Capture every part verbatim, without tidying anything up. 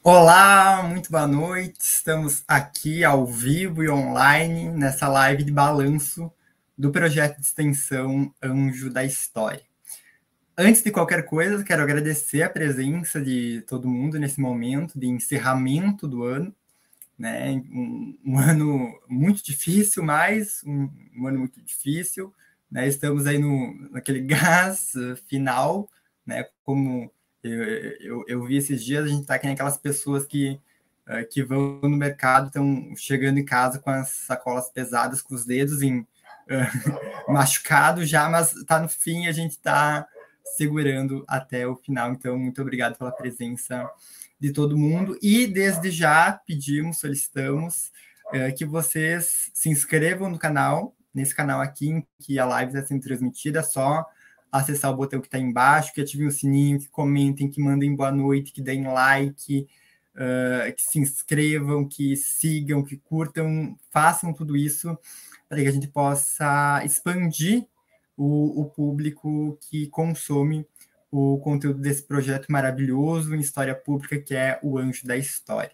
Olá, muito boa noite. Estamos aqui ao vivo e online nessa live de balanço do projeto de extensão Anjo da História. Antes de qualquer coisa, quero agradecer a presença de todo mundo nesse momento de encerramento do ano, né? Um, um ano muito difícil, mas um, um ano muito difícil, né? Estamos aí no, naquele gás final, né? Como eu, eu, eu vi esses dias, a gente está aqui naquelas pessoas que, uh, que vão no mercado, estão chegando em casa com as sacolas pesadas, com os dedos em, uh, machucados já, mas está no fim, a gente está segurando até o final. Então, muito obrigado pela presença de todo mundo. E desde já pedimos, solicitamos uh, que vocês se inscrevam no canal, nesse canal aqui, em que a live está sendo transmitida, é só acessar o botão que está embaixo, que ativem o sininho, que comentem, que mandem boa noite, que deem like, uh, que se inscrevam, que sigam, que curtam, façam tudo isso para que a gente possa expandir o, o público que consome o conteúdo desse projeto maravilhoso em história pública, que é o Anjo da História.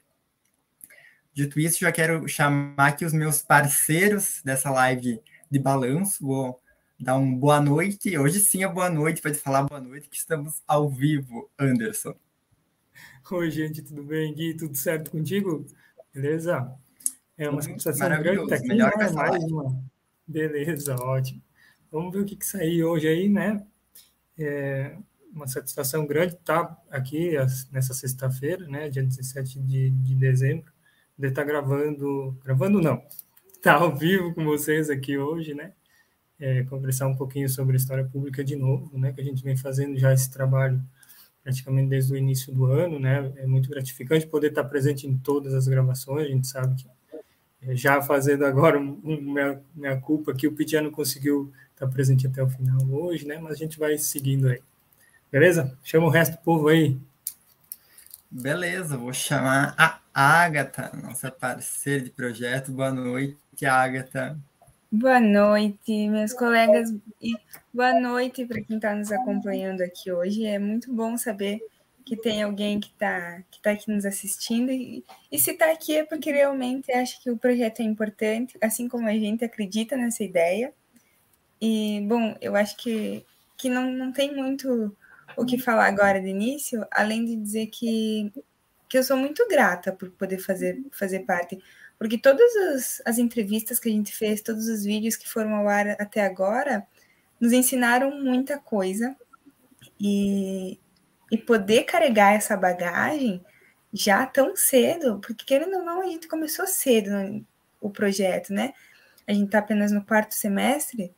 Dito isso, já quero chamar aqui os meus parceiros dessa live de balanço. Vou dar uma boa noite. Hoje sim é boa noite, pode falar boa noite, que estamos ao vivo, Anderson. Oi, gente, tudo bem, Gui? Tudo certo contigo? Beleza? É uma Tudo satisfação grande estar maravilhoso, aqui, melhor que né? essa Mais live. uma. Beleza, ótimo. Vamos ver o que, que sair hoje aí, né? É uma satisfação grande estar aqui nessa sexta-feira, né? Dia dezessete de, de dezembro, de estar gravando, gravando não, estar ao vivo com vocês aqui hoje, né? É, conversar um pouquinho sobre a história pública de novo, né? Que a gente vem fazendo já esse trabalho praticamente desde o início do ano, né? É muito gratificante poder estar presente em todas as gravações. A gente sabe que, já fazendo agora um, um, minha, minha culpa, que o Pitia não conseguiu estar presente até o final hoje, né? Mas a gente vai seguindo aí. Beleza? Chama o resto do povo aí. Beleza, vou chamar a Ágata, nossa parceira de projeto. Boa noite, Ágata. Boa noite, meus colegas, e boa noite para quem está nos acompanhando aqui hoje. É muito bom saber que tem alguém que está que tá aqui nos assistindo, e, e se está aqui é porque realmente acha que o projeto é importante, assim como a gente acredita nessa ideia. E, bom, eu acho que, que não, não tem muito o que falar agora de início, além de dizer que, que eu sou muito grata por poder fazer, fazer parte. Porque todas as, as entrevistas que a gente fez, todos os vídeos que foram ao ar até agora, nos ensinaram muita coisa. E, e poder carregar essa bagagem já tão cedo, porque querendo ou não, a gente começou cedo no, o projeto, né? A gente está apenas no quarto semestre.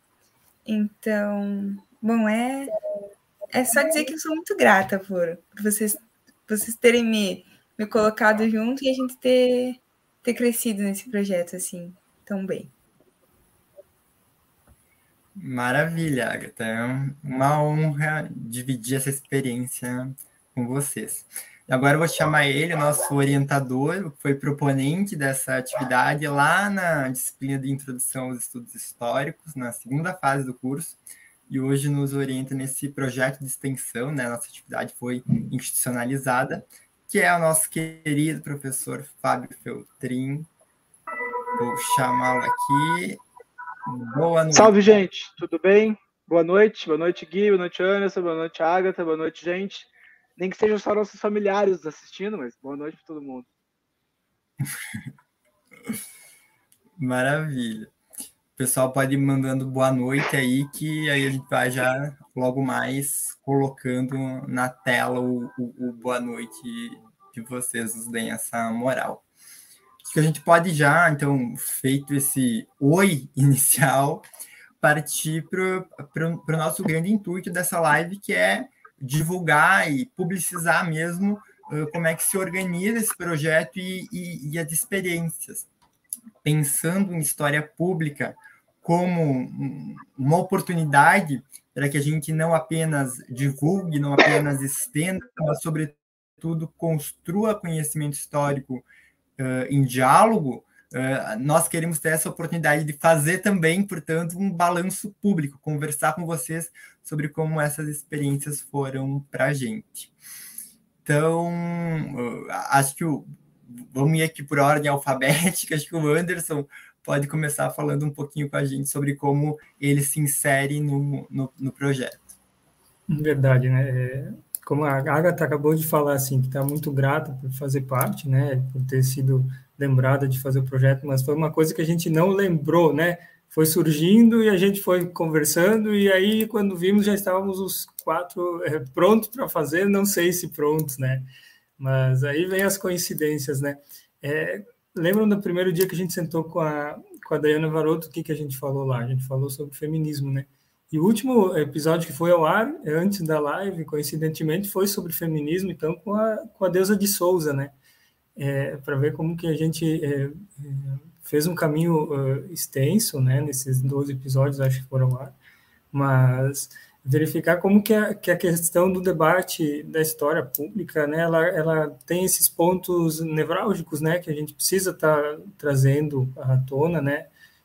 Então, bom, é, é só dizer que eu sou muito grata por, por vocês, vocês terem me, me colocado junto e a gente ter ter crescido nesse projeto assim tão bem. Maravilha, Agatha. É uma honra dividir essa experiência com vocês. Agora eu vou chamar ele, o nosso orientador, que foi proponente dessa atividade lá na disciplina de Introdução aos Estudos Históricos, na segunda fase do curso, e hoje nos orienta nesse projeto de extensão, né? Nossa atividade foi institucionalizada, que é o nosso querido professor Fábio Feltrin. Vou chamá-lo aqui. Boa noite. Salve, gente. Tudo bem? Boa noite. Boa noite, Gui. Boa noite, Anderson. Boa noite, Agatha. Boa noite, gente. Nem que sejam só nossos familiares assistindo, mas boa noite para todo mundo. Maravilha. O pessoal pode ir mandando boa noite aí, que aí a gente vai já logo mais colocando na tela o, o, o boa noite de vocês, nos deem essa moral. Acho que a gente pode já, então, feito esse oi inicial, partir para o nosso grande intuito dessa live, que é divulgar e publicizar mesmo uh, como é que se organiza esse projeto e, e, e as experiências. Pensando em história pública como uma oportunidade para que a gente não apenas divulgue, não apenas estenda, mas, sobretudo, construa conhecimento histórico uh, em diálogo. Uh, nós queremos ter essa oportunidade de fazer também, portanto, um balanço público, conversar com vocês sobre como essas experiências foram para a gente. Então, acho que o, vamos ir aqui por ordem alfabética, acho que o Anderson pode começar falando um pouquinho com a gente sobre como ele se insere no, no, no projeto. Verdade, né? É, como a Agatha acabou de falar, assim, que está muito grata por fazer parte, né? Por ter sido lembrada de fazer o projeto, mas foi uma coisa que a gente não lembrou, né? Foi surgindo e a gente foi conversando, e aí, quando vimos, já estávamos os quatro é, prontos para fazer, não sei se prontos, né? Mas aí vem as coincidências, né? É, lembram do primeiro dia que a gente sentou com a, com a Dayana Varoto, o que, que a gente falou lá? A gente falou sobre feminismo, né? E o último episódio que foi ao ar, antes da live, coincidentemente, foi sobre feminismo, então, com a, com a Deusa de Souza, né? É, para ver como que a gente é, é, fez um caminho uh, extenso, né? Nesses doze episódios, acho que foram ao ar, mas verificar como que a, que a questão do debate da história pública, né, ela, ela tem esses pontos nevrálgicos, né, que a gente precisa estar tá trazendo à tona, né,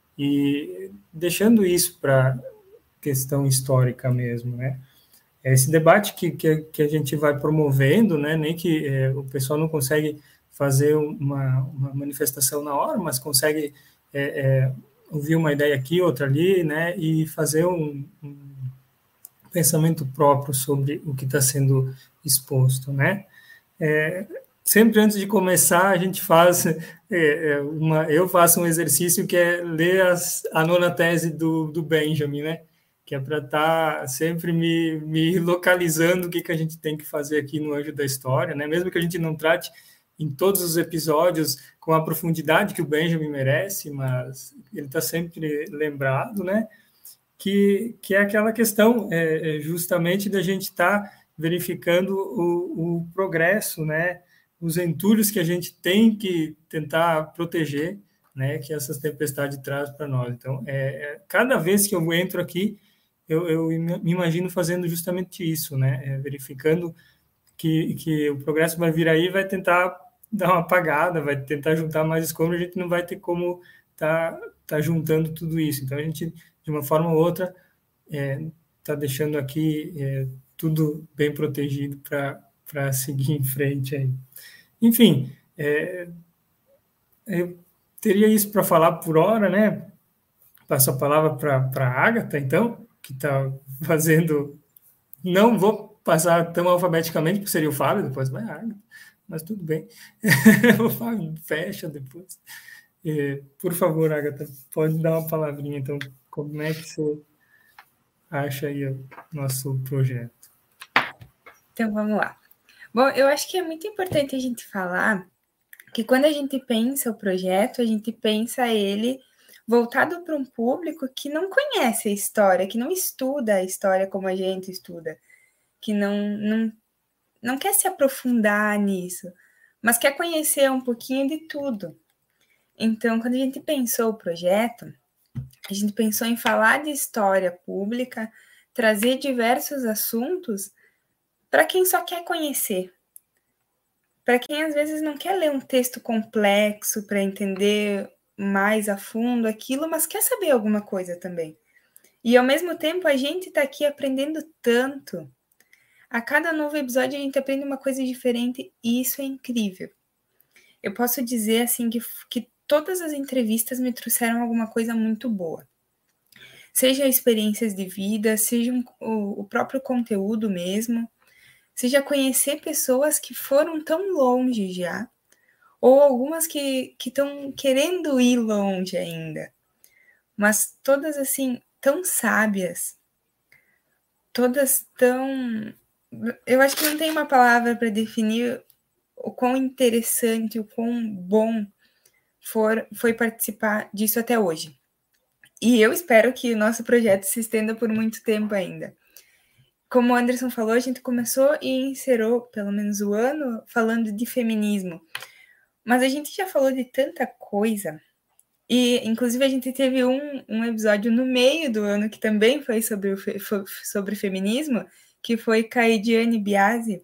e deixando isso para questão histórica mesmo, né. Esse debate que, que, que a gente vai promovendo, né, nem que é, o pessoal não consegue fazer uma, uma manifestação na hora, mas consegue é, é, ouvir uma ideia aqui, outra ali, né, e fazer um, um pensamento próprio sobre o que está sendo exposto, né? É, sempre antes de começar, a gente faz é, uma, eu faço um exercício que é ler as, a nona tese do, do Benjamin, né? Que é para estar tá sempre me, me localizando o que, que a gente tem que fazer aqui no Anjo da História, né? Mesmo que a gente não trate em todos os episódios com a profundidade que o Benjamin merece, mas ele está sempre lembrado, né? Que, que é aquela questão é, justamente da gente estar tá verificando o, o progresso, né, os entulhos que a gente tem que tentar proteger, né, que essas tempestades trazem para nós. Então, é, é, cada vez que eu entro aqui, eu, eu me imagino fazendo justamente isso, né, é, verificando que, que o progresso vai vir aí, vai tentar dar uma apagada, vai tentar juntar mais escombros, a gente não vai ter como tá, tá juntando tudo isso. Então, a gente, de uma forma ou outra, está é, deixando aqui é, tudo bem protegido para seguir em frente aí. Enfim, é, eu teria isso para falar por hora, né? Passo a palavra para a Agatha, então, que está fazendo... Não vou passar tão alfabeticamente, porque seria o Fábio, depois vai a Agatha, mas tudo bem. O Fábio fecha depois. É, por favor, Agatha, pode dar uma palavrinha, então, como é que você acha aí o nosso projeto? Então, vamos lá. Bom, eu acho que é muito importante a gente falar que quando a gente pensa o projeto, a gente pensa ele voltado para um público que não conhece a história, que não estuda a história como a gente estuda, que não, não, não quer se aprofundar nisso, mas quer conhecer um pouquinho de tudo. Então, quando a gente pensou o projeto, a gente pensou em falar de história pública, trazer diversos assuntos para quem só quer conhecer, para quem às vezes não quer ler um texto complexo para entender mais a fundo aquilo, mas quer saber alguma coisa também. E ao mesmo tempo a gente está aqui aprendendo tanto. A cada novo episódio a gente aprende uma coisa diferente e isso é incrível. Eu posso dizer assim que, que todas as entrevistas me trouxeram alguma coisa muito boa. Seja experiências de vida, seja um, o, o próprio conteúdo mesmo, seja conhecer pessoas que foram tão longe já, ou algumas que estão querendo ir longe ainda, mas todas assim, tão sábias, todas tão... Eu acho que não tem uma palavra para definir o quão interessante, o quão bom for, foi participar disso até hoje. E eu espero que o nosso projeto se estenda por muito tempo ainda. Como o Anderson falou, a gente começou e encerrou, pelo menos o ano, falando de feminismo. Mas a gente já falou de tanta coisa. E, inclusive, a gente teve um, um episódio no meio do ano que também foi sobre, o, sobre feminismo, que foi Caidiane Biasi,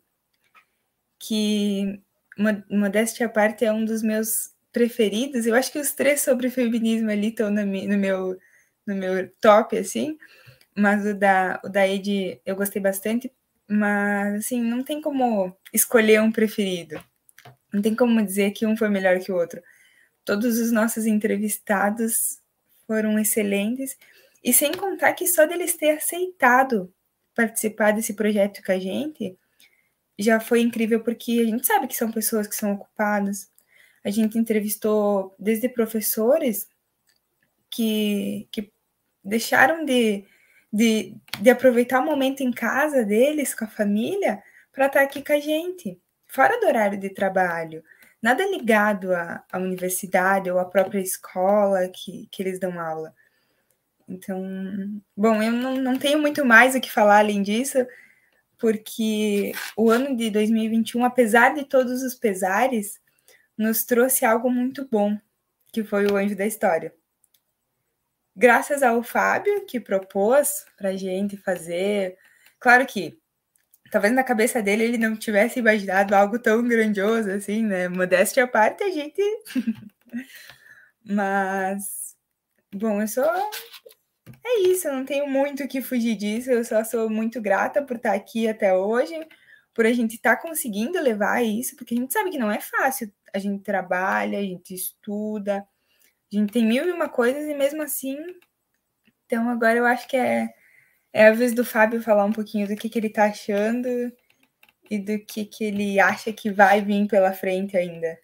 que, modéstia à parte, é um dos meus preferidos. Eu acho que os três sobre feminismo ali estão no meu, no meu top, assim. Mas o da, o da Ed eu gostei bastante, mas, assim, não tem como escolher um preferido. Não tem como dizer que um foi melhor que o outro. Todos os nossos entrevistados foram excelentes. E sem contar que só deles ter aceitado participar desse projeto com a gente já foi incrível, porque a gente sabe que são pessoas que são ocupadas. A gente entrevistou desde professores que, que deixaram de, de, de aproveitar o momento em casa deles, com a família, para estar aqui com a gente, fora do horário de trabalho. Nada ligado à, à universidade ou à própria escola que, que eles dão aula. Então, bom, eu não, não tenho muito mais o que falar além disso, porque o ano de dois mil e vinte e um, apesar de todos os pesares, nos trouxe algo muito bom, que foi o Anjo da História. Graças ao Fábio, que propôs para a gente fazer. Claro que, talvez na cabeça dele ele não tivesse imaginado algo tão grandioso assim, né? Modéstia à parte, a gente. Mas, bom, eu sou. É isso, eu não tenho muito o que fugir disso, eu só sou muito grata por estar aqui até hoje, por a gente estar conseguindo levar isso, porque a gente sabe que não é fácil. A gente trabalha, a gente estuda, a gente tem mil e uma coisas e mesmo assim. Então agora eu acho que é, é a vez do Fábio falar um pouquinho do que, que ele está achando e do que, que ele acha que vai vir pela frente ainda.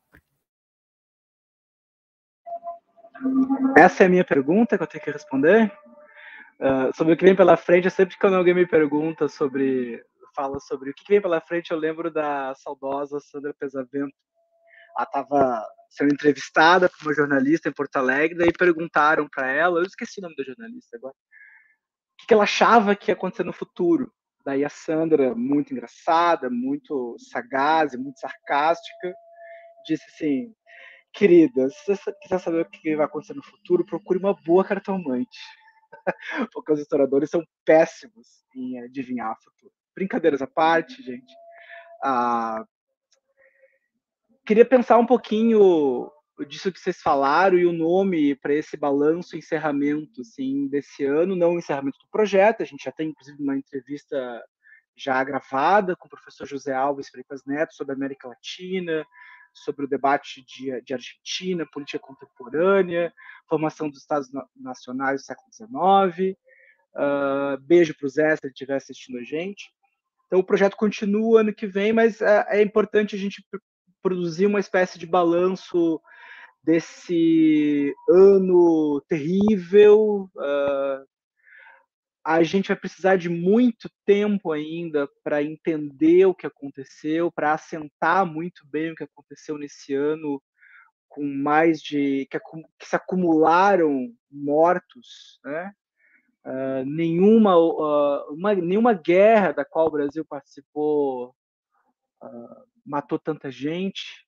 Essa é a minha pergunta que eu tenho que responder. Uh, sobre o que vem pela frente, sempre que alguém me pergunta sobre, fala sobre o que vem pela frente, eu lembro da saudosa Sandra Pesavento. Ela estava sendo entrevistada por uma jornalista em Porto Alegre, daí perguntaram para ela, eu esqueci o nome da jornalista agora, o que ela achava que ia acontecer no futuro. Daí a Sandra, muito engraçada, muito sagaz e muito sarcástica, disse assim: querida, se você quiser saber o que vai acontecer no futuro, procure uma boa cartomante. Porque os historiadores são péssimos em adivinhar o futuro. Brincadeiras à parte, gente. Ah, queria pensar um pouquinho disso que vocês falaram e o nome para esse balanço e encerramento assim, desse ano, não o encerramento do projeto. A gente já tem, inclusive, uma entrevista já gravada com o professor José Alves Freitas Neto sobre a América Latina, sobre o debate de, de Argentina, política contemporânea, formação dos Estados Nacionais do século dezenove. Uh, beijo para o Zé, se ele estiver assistindo a gente. Então, o projeto continua ano que vem, mas uh, é importante a gente produzir uma espécie de balanço desse ano terrível. Uh, a gente vai precisar de muito tempo ainda para entender o que aconteceu, para assentar muito bem o que aconteceu nesse ano, com mais de que, que se acumularam mortos, né? Uh, nenhuma, uh, uma, nenhuma guerra da qual o Brasil participou uh, matou tanta gente.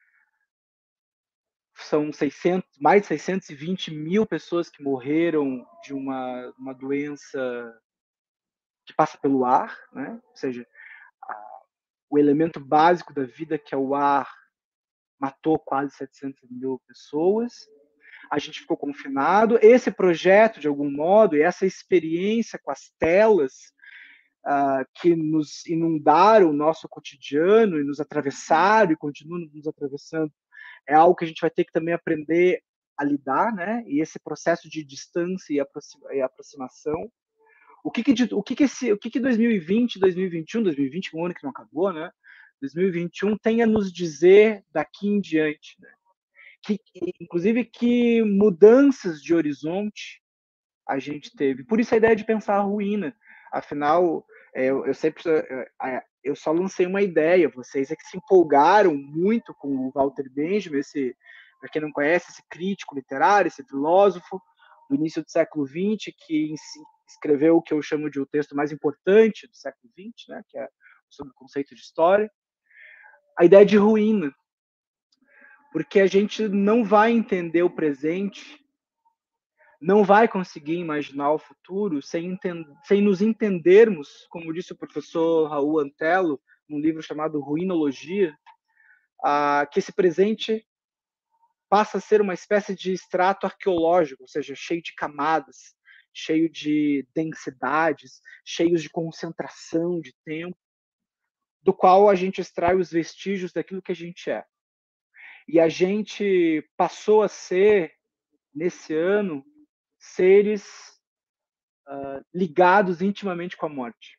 São seiscentos, mais de seiscentos e vinte mil pessoas que morreram de uma, uma doença que passa pelo ar, né? Ou seja, a, o elemento básico da vida, que é o ar, matou quase setecentas mil pessoas. A gente ficou confinado. Esse projeto, de algum modo, e essa experiência com as telas uh, que nos inundaram o nosso cotidiano e nos atravessaram e continuam nos atravessando, é algo que a gente vai ter que também aprender a lidar, né? E esse processo de distância e, aproxima, e aproximação. O que que, o que, que, esse, o que, que dois mil e vinte, dois mil e vinte e um, dois mil e vinte, um ano que não acabou, né? dois mil e vinte e um tem a nos dizer daqui em diante, né? Que, inclusive, que mudanças de horizonte a gente teve. Por isso a ideia de pensar a ruína. Afinal, eu, eu sempre eu só lancei uma ideia. Vocês é que se empolgaram muito com o Walter Benjamin, esse, para quem não conhece, esse crítico literário, esse filósofo do início do século vinte, que escreveu o que eu chamo de o texto mais importante do século vinte, né, que é sobre o conceito de história. A ideia de ruína. Porque a gente não vai entender o presente, não vai conseguir imaginar o futuro sem, sem nos entendermos, como disse o professor Raul Antelo, num livro chamado Ruinologia, ah, que esse presente passa a ser uma espécie de extrato arqueológico, ou seja, cheio de camadas, cheio de densidades, cheios de concentração de tempo, do qual a gente extrai os vestígios daquilo que a gente é. E a gente passou a ser, nesse ano, seres uh, ligados intimamente com a morte.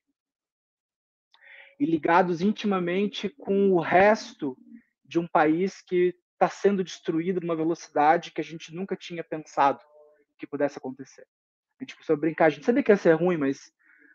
E ligados intimamente com o resto de um país que está sendo destruído numa velocidade que a gente nunca tinha pensado que pudesse acontecer. A gente começou a brincar, a gente sabia que ia ser ruim, mas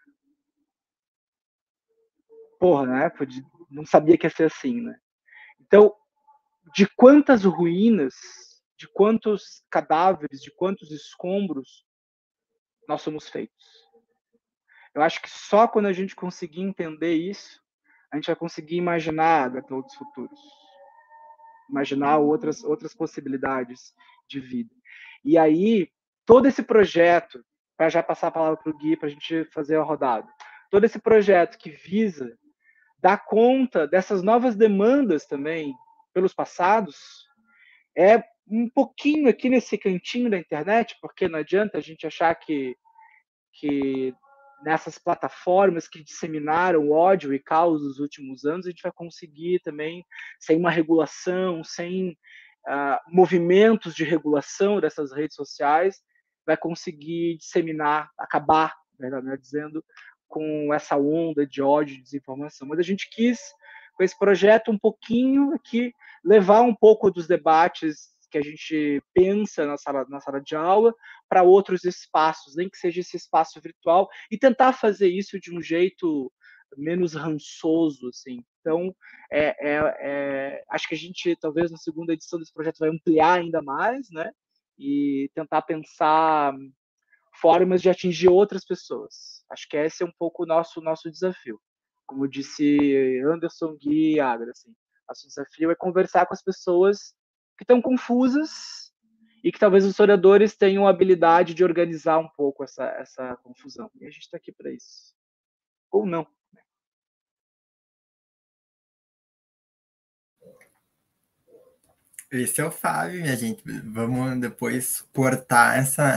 porra, na época de, não sabia que ia ser assim, né? Então, de quantas ruínas, de quantos cadáveres, de quantos escombros nós somos feitos. Eu acho que só quando a gente conseguir entender isso, a gente vai conseguir imaginar outros futuros. Imaginar outras, outras possibilidades de vida. E aí, todo esse projeto, para já passar a palavra para o Gui, para a gente fazer a rodada, todo esse projeto que visa dar conta dessas novas demandas também pelos passados, é um pouquinho aqui nesse cantinho da internet, porque não adianta a gente achar que, que nessas plataformas que disseminaram ódio e caos nos últimos anos, a gente vai conseguir também, sem uma regulação, sem uh, movimentos de regulação dessas redes sociais, vai conseguir disseminar, acabar, melhor dizendo, com essa onda de ódio e desinformação. Mas a gente quis, com esse projeto, um pouquinho aqui, levar um pouco dos debates que a gente pensa na sala, na sala de aula para outros espaços, nem que seja esse espaço virtual, e tentar fazer isso de um jeito menos rançoso, assim. Então, é, é, é, acho que a gente, talvez, na segunda edição desse projeto vai ampliar ainda mais, né? E tentar pensar formas de atingir outras pessoas. Acho que esse é um pouco o nosso, nosso desafio. Como disse Anderson, Gui e Agra, assim, nosso desafio é conversar com as pessoas que estão confusas e que talvez os historiadores tenham a habilidade de organizar um pouco essa, essa confusão. E a gente está aqui para isso. Ou não. Esse é o Fábio, minha gente. Vamos depois cortar essa,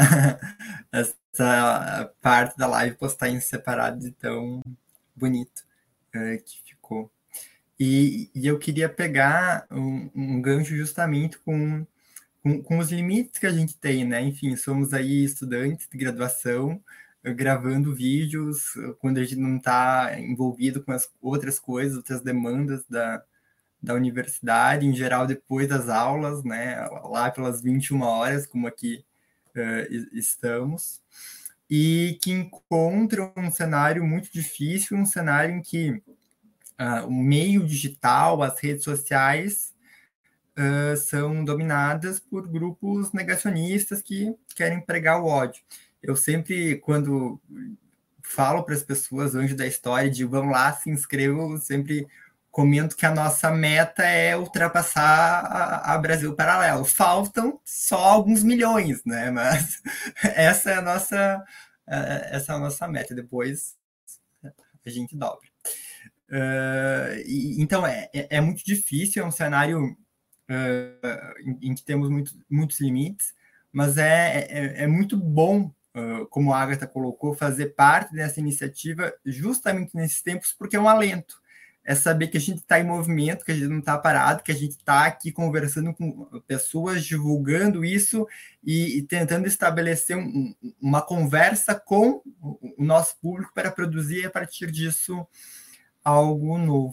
essa parte da live e postar em separado de tão bonito uh, que ficou. E, e eu queria pegar um, um gancho justamente com, com, com os limites que a gente tem, né? Enfim, somos aí estudantes de graduação, gravando vídeos, quando a gente não está envolvido com as outras coisas, outras demandas da, da universidade, em geral depois das aulas, né? Lá pelas vinte e uma horas, como aqui uh, estamos, e que encontram um cenário muito difícil, um cenário em que Uh, o meio digital, as redes sociais uh, são dominadas por grupos negacionistas que querem pregar o ódio. Eu sempre, quando falo para as pessoas, anjo da história, de vão lá, se inscrevam, eu sempre comento que a nossa meta é ultrapassar a, a Brasil Paralelo. Faltam só alguns milhões, né? Mas essa é a nossa, uh, essa é a nossa meta. Depois a gente dobra. Uh, e, então é, é, é muito difícil, é um cenário uh, em, em que temos muito, muitos limites, mas é, é, é muito bom, uh, como a Agatha colocou, fazer parte dessa iniciativa justamente nesses tempos, porque é um alento. É saber que a gente está em movimento, que a gente não está parado, que a gente está aqui conversando com pessoas, divulgando isso e, e tentando estabelecer um, uma conversa com o nosso público para produzir a partir disso algo novo.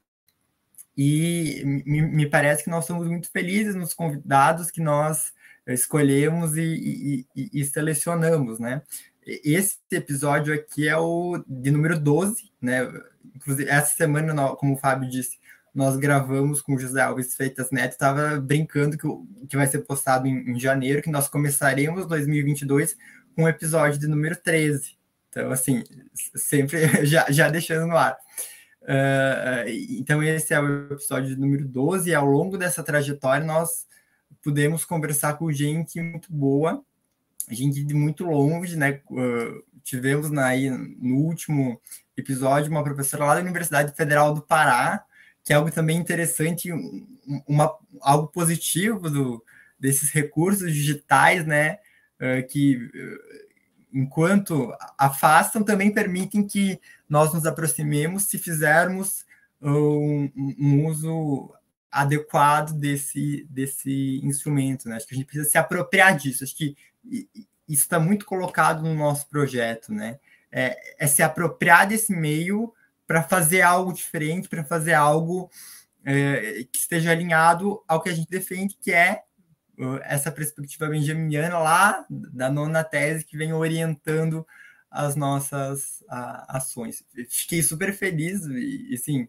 E me, me parece que nós somos muito felizes nos convidados que nós escolhemos e, e, e, e selecionamos, né? Esse episódio aqui é o de número doze, né? Inclusive, essa semana, como o Fábio disse, nós gravamos com o José Alves Freitas Neto, estava brincando que, que vai ser postado em, em janeiro, que nós começaremos dois mil e vinte e dois com o episódio de número treze. Então, assim, sempre já, já deixando no ar. Uh, então esse é o episódio número doze, e ao longo dessa trajetória nós pudemos conversar com gente muito boa, gente de muito longe, né? Uh, tivemos na, aí, no último episódio uma professora lá da Universidade Federal do Pará, que é algo também interessante, uma, algo positivo do, desses recursos digitais, né? Uh, que uh, enquanto afastam, também permitem que nós nos aproximemos se fizermos um, um uso adequado desse, desse instrumento, né? Acho que a gente precisa se apropriar disso. Acho que isso está muito colocado no nosso projeto, né? É, é se apropriar desse meio para fazer algo diferente, para fazer algo é, que esteja alinhado ao que a gente defende, que é essa perspectiva benjaminiana lá da nona tese que vem orientando as nossas a, ações. Fiquei super feliz e, assim,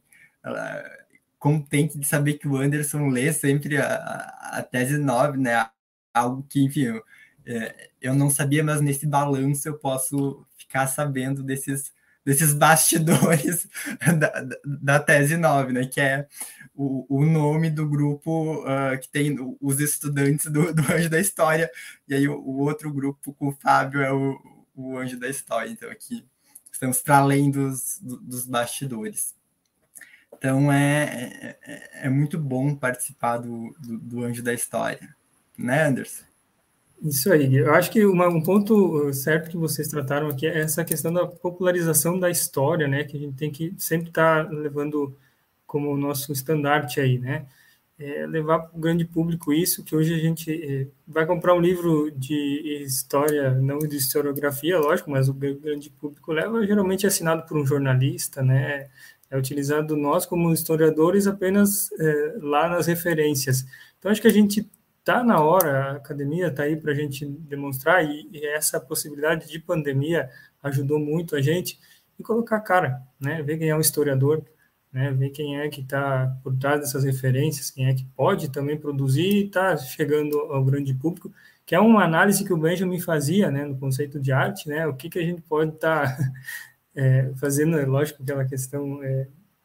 contente de saber que o Anderson lê sempre a, a tese nove, né? Algo que, enfim, eu, eu não sabia, mas nesse balanço eu posso ficar sabendo desses, desses bastidores da, da tese nove, né? Que é o, o nome do grupo uh, que tem os estudantes do, do Anjo da História, e aí o, o outro grupo com o Fábio é o, o Anjo da História. Então aqui estamos para além dos, dos bastidores. Então é, é, é muito bom participar do, do, do Anjo da História, né, Anderson? Isso aí. Eu acho que uma, um ponto certo que vocês trataram aqui é essa questão da popularização da história, né? Que a gente tem que sempre estar tá levando como o nosso estandarte aí, né? É levar para o grande público isso, que hoje a gente é, vai comprar um livro de história, não de historiografia, lógico, mas o grande público leva, geralmente é assinado por um jornalista, né? É utilizado nós como historiadores apenas é, lá nas referências. Então, acho que a gente está na hora, a academia está aí para a gente demonstrar, e, e essa possibilidade de pandemia ajudou muito a gente, e colocar a cara, né? Ver quem é um historiador, né, ver quem é que está por trás dessas referências, quem é que pode também produzir e está chegando ao grande público, que é uma análise que o Benjamin fazia, né, no conceito de arte, né, o que, que a gente pode estar tá, é, fazendo, é lógico, aquela questão é,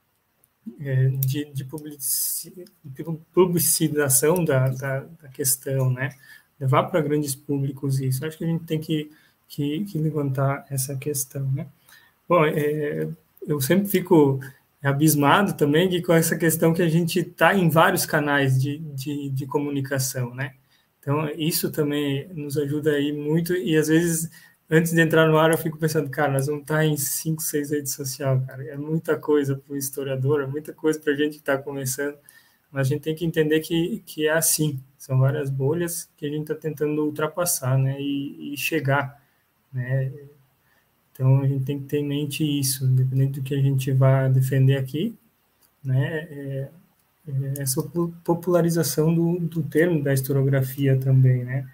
é, de, de publici, publicização da, da, da questão, né, levar para grandes públicos isso. Acho que a gente tem que, que, que levantar essa questão, né. Bom, é, eu sempre fico abismado também que com essa questão que a gente está em vários canais de, de, de comunicação, né? Então, isso também nos ajuda aí muito, e às vezes, antes de entrar no ar, eu fico pensando, cara, nós vamos estar em cinco, seis redes sociais, cara, é muita coisa para o historiador, é muita coisa para a gente que está começando, mas a gente tem que entender que, que é assim, são várias bolhas que a gente está tentando ultrapassar, né, e, e chegar, né? Então, a gente tem que ter em mente isso, independente do que a gente vai defender aqui, né, é, é essa popularização do, do termo da historiografia também, né.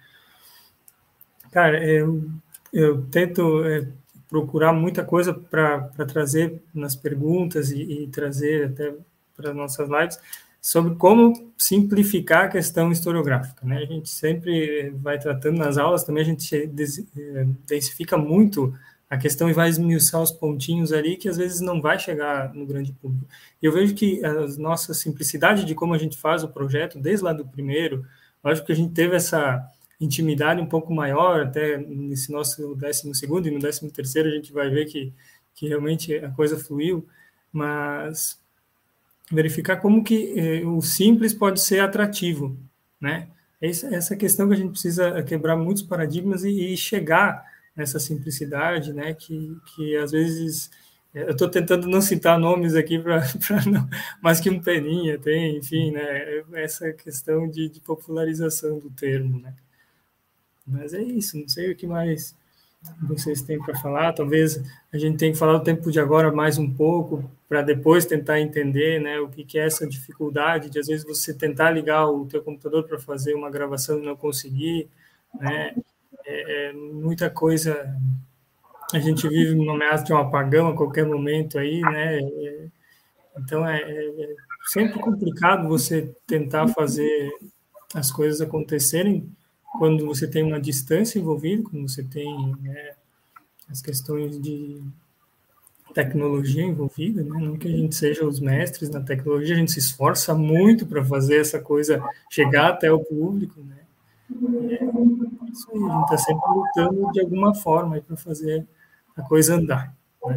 Cara, eu, eu tento é, procurar muita coisa para trazer nas perguntas e, e trazer até para as nossas lives sobre como simplificar a questão historiográfica, né. A gente sempre vai tratando nas aulas, também a gente densifica muito a questão e vai esmiuçar os pontinhos ali que às vezes não vai chegar no grande público. Eu vejo que a nossa simplicidade de como a gente faz o projeto, desde lá do primeiro, lógico que a gente teve essa intimidade um pouco maior, até nesse nosso décimo segundo e no décimo terceiro a gente vai ver que, que realmente a coisa fluiu, mas verificar como que eh, o simples pode ser atrativo, né? Essa, essa questão que a gente precisa quebrar muitos paradigmas e, e chegar nessa simplicidade, né, que, que às vezes, eu estou tentando não citar nomes aqui, para não, mas que um Peninha tem, enfim, né, essa questão de, de popularização do termo, né. Mas é isso, não sei o que mais vocês têm para falar, talvez a gente tenha que falar o tempo de agora mais um pouco, para depois tentar entender, né, o que, que é essa dificuldade de, às vezes, você tentar ligar o teu computador para fazer uma gravação e não conseguir, né. É, é muita coisa, a gente vive numa ameaça de um apagão a qualquer momento aí, né, é, então é, é sempre complicado você tentar fazer as coisas acontecerem quando você tem uma distância envolvida, quando você tem, né, as questões de tecnologia envolvida, né, não que a gente seja os mestres na tecnologia, a gente se esforça muito para fazer essa coisa chegar até o público, né. É isso aí, a gente está sempre lutando de alguma forma para fazer a coisa andar, né?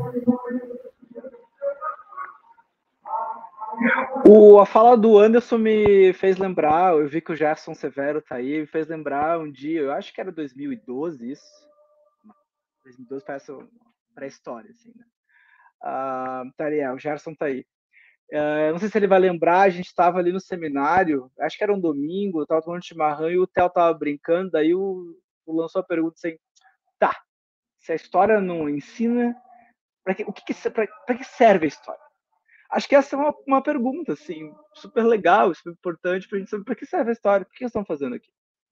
O, a fala do Anderson me fez lembrar, eu vi que o Gerson Severo está aí, me fez lembrar um dia, eu acho que era dois mil e doze isso, dois mil e doze parece pré-história, assim, né? Uh, tá ali, é, o Gerson tá aí. Uh, não sei se ele vai lembrar, a gente estava ali no seminário, acho que era um domingo, eu estava tomando chimarrão e o Theo estava brincando, daí o, o lançou a pergunta assim, tá, se a história não ensina, para que, o que, que, pra, pra que serve a história? Acho que essa é uma, uma pergunta, assim, super legal, super importante para a gente saber para que serve a história, o que eles estão fazendo aqui.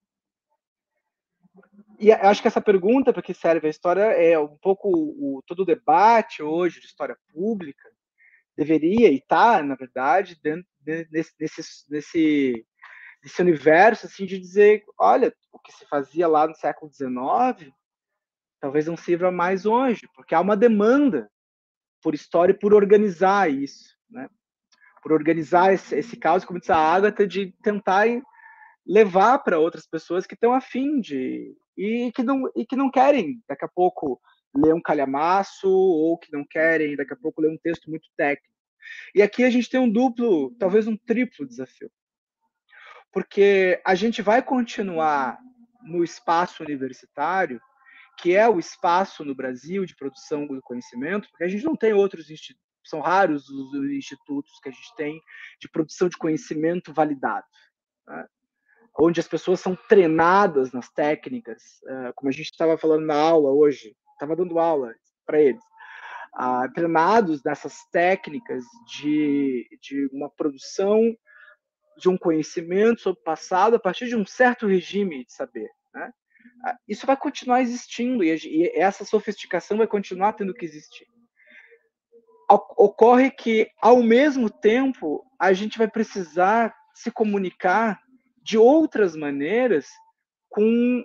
E acho que essa pergunta, para que serve a história, é um pouco o, todo o debate hoje de história pública, deveria e está, na verdade, dentro desse, desse, desse, desse universo assim, de dizer, olha, o que se fazia lá no século dezenove talvez não sirva mais hoje, porque há uma demanda por história e por organizar isso, né? Por organizar esse, esse caos, como disse a Agatha, de tentar levar para outras pessoas que estão afim de e que não e que não querem daqui a pouco ler um calhamaço ou que não querem daqui a pouco ler um texto muito técnico. E aqui a gente tem um duplo, talvez um triplo desafio, porque a gente vai continuar no espaço universitário, que é o espaço no Brasil de produção do conhecimento, porque a gente não tem outros institutos, são raros os institutos que a gente tem de produção de conhecimento validado, né? Onde as pessoas são treinadas nas técnicas, como a gente estava falando na aula hoje, estava dando aula para eles, uh, treinados nessas técnicas de, de uma produção de um conhecimento sobre o passado a partir de um certo regime de saber, né? Uh, isso vai continuar existindo e, e essa sofisticação vai continuar tendo que existir. Ocorre que, ao mesmo tempo, a gente vai precisar se comunicar de outras maneiras com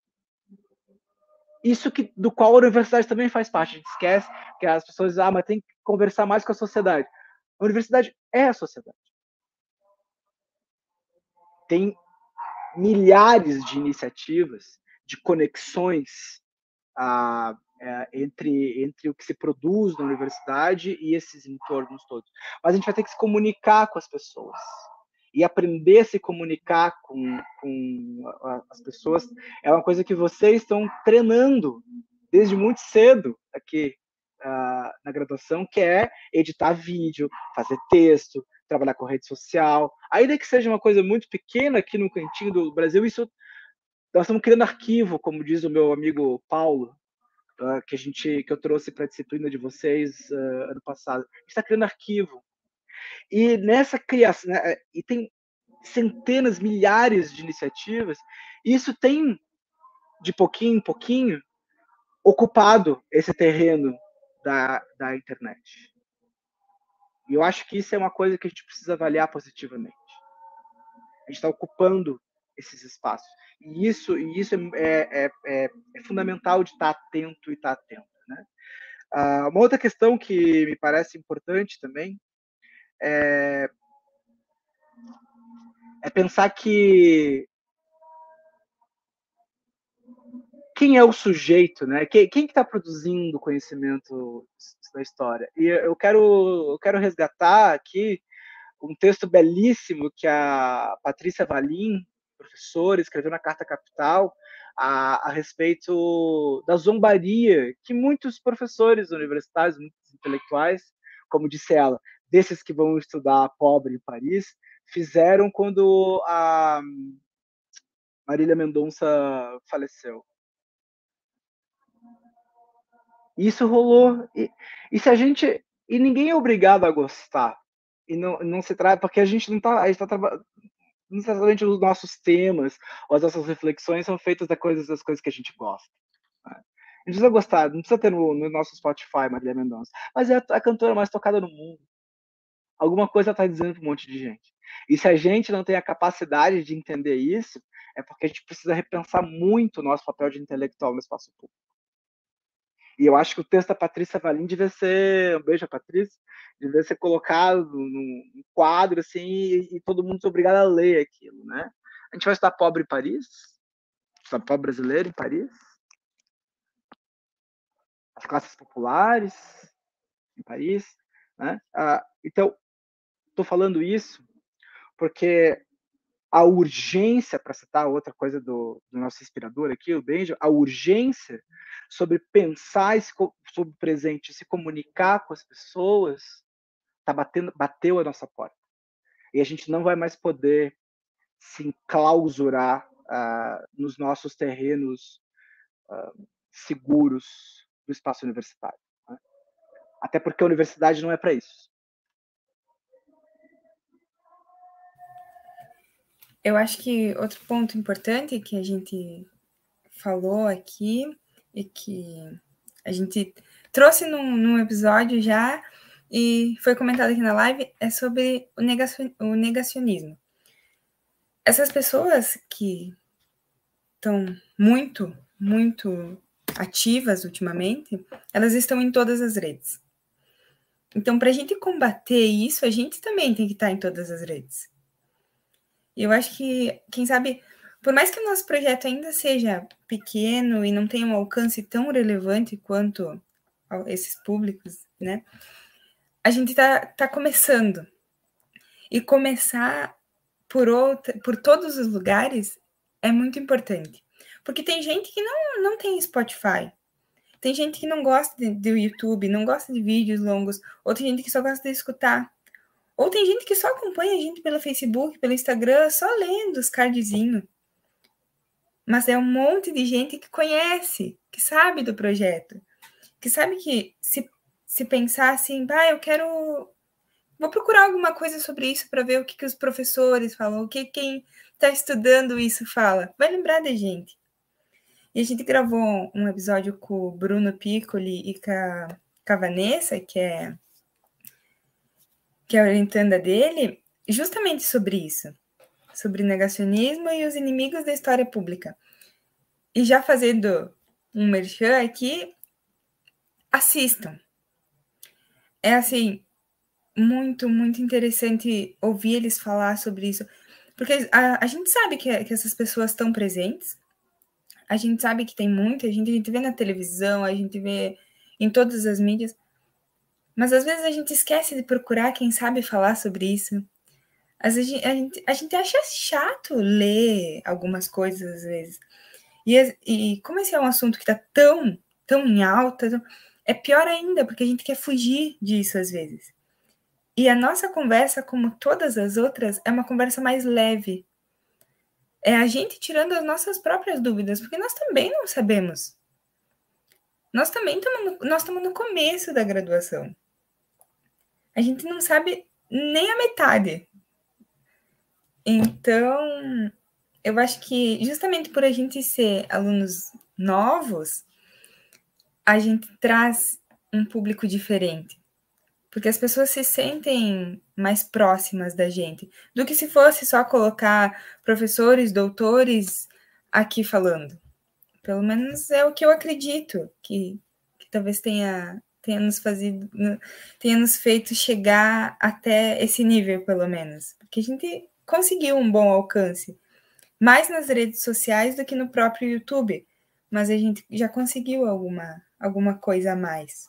isso que, do qual a universidade também faz parte. A gente esquece que as pessoas dizem, ah, mas tem que conversar mais com a sociedade. A universidade é a sociedade. Tem milhares de iniciativas, de conexões ah, é, entre, entre o que se produz na universidade e esses entornos todos. Mas a gente vai ter que se comunicar com as pessoas. E aprender a se comunicar com, com as pessoas é uma coisa que vocês estão treinando desde muito cedo aqui uh, na graduação, que é editar vídeo, fazer texto, trabalhar com rede social. Ainda que seja uma coisa muito pequena aqui no cantinho do Brasil, isso nós estamos criando arquivo, como diz o meu amigo Paulo, uh, que, a gente, que eu trouxe para a disciplina de vocês uh, ano passado. A gente está criando arquivo. E nessa criação, né, e tem centenas, milhares de iniciativas, e isso tem, de pouquinho em pouquinho, ocupado esse terreno da, da internet. E eu acho que isso é uma coisa que a gente precisa avaliar positivamente. A gente está ocupando esses espaços. E isso, e isso é, é, é, é fundamental de estar atento e estar atento, né? Uh, uma outra questão que me parece importante também é, é pensar que quem é o sujeito, né? Quem, quem que está produzindo o conhecimento da história? E eu quero, eu quero resgatar aqui um texto belíssimo que a Patrícia Valim, professora, escreveu na Carta Capital a, a respeito da zombaria que muitos professores universitários, muitos intelectuais, como disse ela, desses que vão estudar pobre em Paris, fizeram quando a Marília Mendonça faleceu. Isso rolou. E, e se a gente. E ninguém é obrigado a gostar. E não, não se trata. Porque a gente não está. A gente está trabalhando. Não necessariamente os nossos temas ou as nossas reflexões são feitas das coisas, das coisas que a gente gosta. Né? A gente precisa gostar, não precisa ter no, no nosso Spotify Marília Mendonça. Mas é a, a cantora mais tocada no mundo. Alguma coisa está dizendo para um monte de gente. E se a gente não tem a capacidade de entender isso, é porque a gente precisa repensar muito o nosso papel de intelectual no espaço público. E eu acho que o texto da Patrícia Valim devia ser, um beijo a Patrícia, devia ser colocado num quadro assim e, e todo mundo ser obrigado a ler aquilo, né? A gente vai estudar pobre em Paris, estudar pobre brasileiro em Paris, as classes populares em Paris, né? Ah, então, estou falando isso porque a urgência, para citar outra coisa do, do nosso inspirador aqui, o Benjo, a urgência sobre pensar esse, sobre o presente, se comunicar com as pessoas, tá batendo, bateu a nossa porta. E a gente não vai mais poder se enclausurar uh, nos nossos terrenos uh, seguros do espaço universitário. Né? Até porque a universidade não é para isso. Eu acho que outro ponto importante que a gente falou aqui e que a gente trouxe num, num episódio já e foi comentado aqui na live é sobre o, negacion, o negacionismo. Essas pessoas que estão muito, muito ativas ultimamente, elas estão em todas as redes. Então, para a gente combater isso, a gente também tem que estar em todas as redes. E eu acho que, quem sabe, por mais que o nosso projeto ainda seja pequeno e não tenha um alcance tão relevante quanto esses públicos, né? A gente está tá começando. E começar por, outra, por todos os lugares é muito importante. Porque tem gente que não, não tem Spotify. Tem gente que não gosta de, do YouTube, não gosta de vídeos longos. Ou tem gente que só gosta de escutar. Ou tem gente que só acompanha a gente pelo Facebook, pelo Instagram, só lendo os cardzinhos. Mas é um monte de gente que conhece, que sabe do projeto. Que sabe que se, se pensar assim, ah, eu quero... Vou procurar alguma coisa sobre isso para ver o que, que os professores falam, o que quem está estudando isso fala. Vai lembrar da gente. E a gente gravou um episódio com o Bruno Piccoli e com a, com a Vanessa, que é, que é a orientanda dele, justamente sobre isso. Sobre negacionismo e os inimigos da história pública. E já fazendo um merchan aqui, assistam. É assim... muito, muito interessante ouvir eles falar sobre isso, porque a, a gente sabe que, que essas pessoas estão presentes, a gente sabe que tem muita gente, a gente vê na televisão, a gente vê em todas as mídias, mas às vezes a gente esquece de procurar quem sabe falar sobre isso. Às vezes a gente, a gente acha chato ler algumas coisas, às vezes. E, e como esse é um assunto que está tão, tão em alta, é pior ainda, porque a gente quer fugir disso às vezes. E a nossa conversa, como todas as outras, é uma conversa mais leve. É a gente tirando as nossas próprias dúvidas, porque nós também não sabemos. Nós também estamos no, nós estamos no começo da graduação. A gente não sabe nem a metade. Então, eu acho que justamente por a gente ser alunos novos, a gente traz um público diferente. Porque as pessoas se sentem mais próximas da gente, do que se fosse só colocar professores, doutores aqui falando. Pelo menos é o que eu acredito, que, que talvez tenha, tenha, nos fazido, tenha nos feito chegar até esse nível, pelo menos. Porque a gente conseguiu um bom alcance, mais nas redes sociais do que no próprio YouTube, mas a gente já conseguiu alguma, alguma coisa a mais.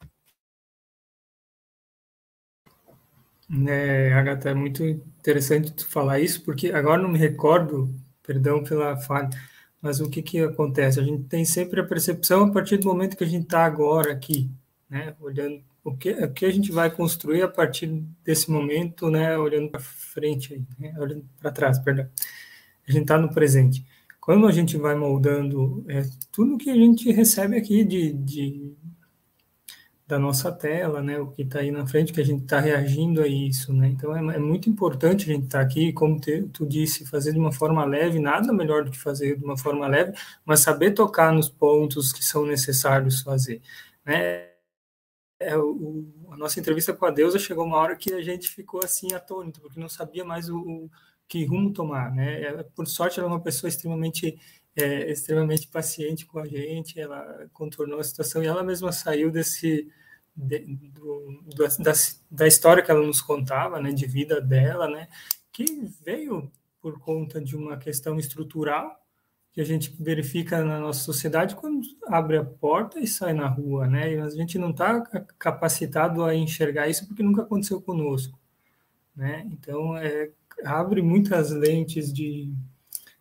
É, Agatha, é muito interessante tu falar isso, porque agora não me recordo, perdão pela falha, mas o que, que acontece? A gente tem sempre a percepção a partir do momento que a gente está agora aqui, né, olhando o que, o que a gente vai construir a partir desse momento, né, olhando para frente, aí, né, olhando para trás, perdão. A gente está no presente. Quando a gente vai moldando é, tudo que a gente recebe aqui de, de da nossa tela, né, o que está aí na frente, que a gente está reagindo a isso, né, então é, é muito importante a gente estar tá aqui, como te, tu disse, fazer de uma forma leve, nada melhor do que fazer de uma forma leve, mas saber tocar nos pontos que são necessários fazer, né, é, o, a nossa entrevista com a Deusa chegou uma hora que a gente ficou assim atônito, porque não sabia mais o, o que rumo tomar, né, ela, por sorte ela é uma pessoa extremamente É, extremamente paciente com a gente, ela contornou a situação e ela mesma saiu desse de, do, da, da história que ela nos contava, né, de vida dela, né, que veio por conta de uma questão estrutural que a gente verifica na nossa sociedade quando abre a porta e sai na rua, né, e a gente não está capacitado a enxergar isso porque nunca aconteceu conosco, né, então é, abre muitas lentes de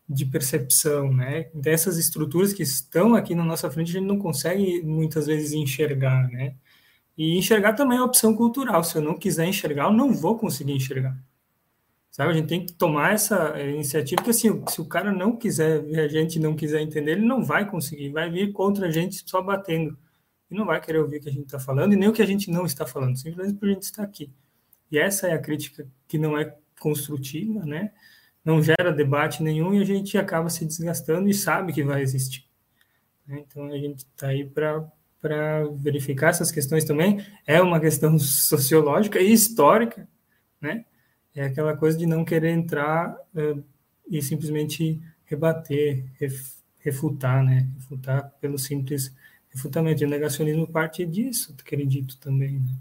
de percepção, né? Dessas estruturas que estão aqui na nossa frente, a gente não consegue muitas vezes enxergar, né? E enxergar também é uma opção cultural. Se eu não quiser enxergar, eu não vou conseguir enxergar. Sabe? A gente tem que tomar essa iniciativa, porque assim, se o cara não quiser ver a gente, não quiser entender, ele não vai conseguir, vai vir contra a gente só batendo. E não vai querer ouvir o que a gente está falando e nem o que a gente não está falando, simplesmente porque a gente está aqui. E essa é a crítica que não é construtiva, né? Não gera debate nenhum e a gente acaba se desgastando e sabe que vai existir. Então, a gente está aí para verificar essas questões também. É uma questão sociológica e histórica, né? É aquela coisa de não querer entrar uh, e simplesmente rebater, ref, refutar, né? Refutar pelo simples refutamento. E o negacionismo parte disso, acredito também, né?